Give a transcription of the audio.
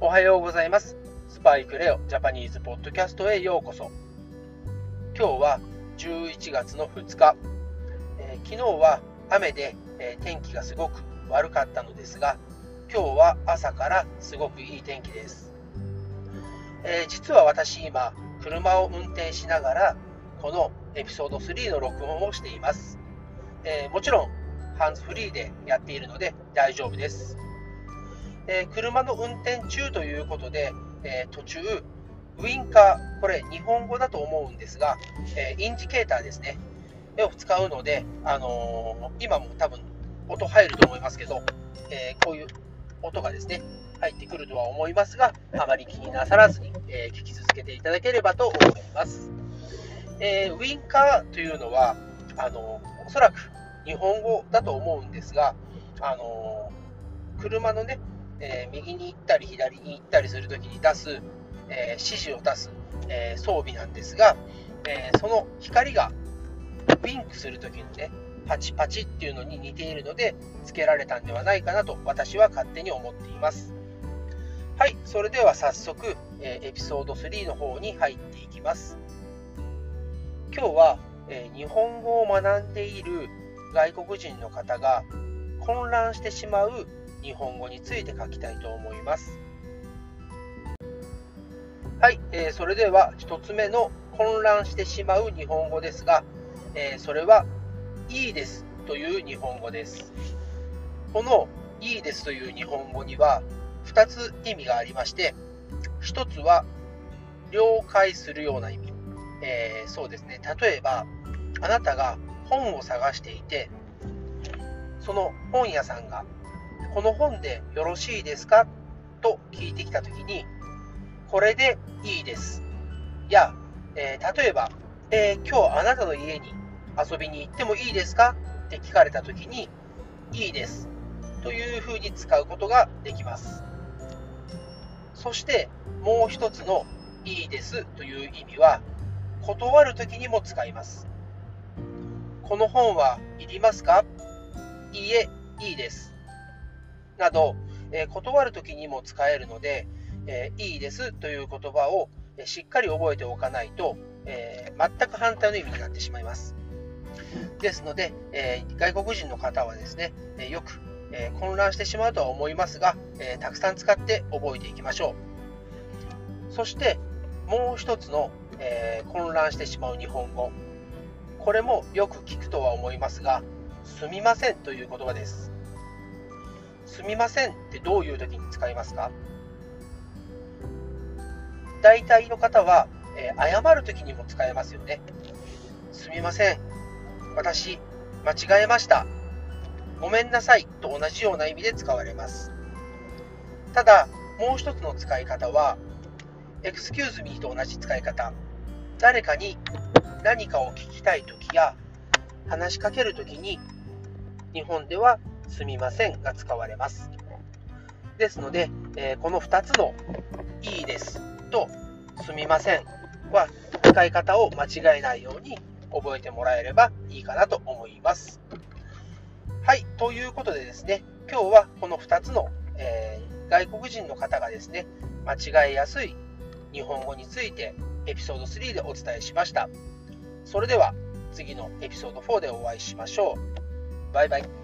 はようございます。スパイクレオジャパニーズポッドキャストへようこそ。今日は11月の2日、昨日は雨で、天気がすごく悪かったのですが、今日は朝からすごくいい天気です。実は私今車を運転しながらこのエピソード3の録音をしています。もちろんハンズフリーでやっているので大丈夫です。車の運転中ということで、途中ウインカー、これ日本語だと思うんですが、インジケーターですねを使うので、今も多分音入ると思いますけど、こういう音がですね入ってくるとは思いますが、あまり気になさらずに、聞き続けていただければと思います。ウインカーというのはおそらく日本語だと思うんですが、車のね、右に行ったり左に行ったりするときに出す、指示を出す、装備なんですが、その光がウインクするときにね、パチパチっていうのに似ているので付けられたんではないかなと私は勝手に思っています。はい、それでは早速、エピソード3の方に入っていきます。今日は、日本語を学んでいる外国人の方が混乱してしまう日本語について書きたいと思います。はい、それでは1つ目の混乱してしまう日本語ですが、それはいいですという日本語です。このいいですという日本語には2つ意味がありまして、1つは了解するような意味、そうですね、例えばあなたが本を探していて、その本屋さんがこの本でよろしいですかと聞いてきたときに、これでいいですや、例えば、今日あなたの家に遊びに行ってもいいですかって聞かれたときに、いいですというふうに使うことができます。そしてもう一つのいいですという意味は、断るときにも使います。この本はいりますか？いいえ、いいですなど、断るときにも使えるので、いいですという言葉をしっかり覚えておかないと、全く反対の意味になってしまいます。ですので、外国人の方はですね、よく、混乱してしまうとは思いますが、たくさん使って覚えていきましょう。そしてもう一つの、混乱してしまう日本語、これもよく聞くとは思いますが、すみませんという言葉です。すみませんってどういう時に使いますか？大体の方は、謝る時にも使えますよね。すみません、私間違えました、ごめんなさいと同じような意味で使われます。ただもう一つの使い方は Excuse me と同じ使い方、誰かに何かを聞きたい時や話しかける時に日本ではすみませんが使われます。ですので、この2つのいいですとすみませんは使い方を間違えないように覚えてもらえればいいかなと思います。はい、ということでですね、今日はこの2つの、外国人の方がですね、間違えやすい日本語についてエピソード3でお伝えしました。それでは次のエピソード4でお会いしましょう。バイバイ。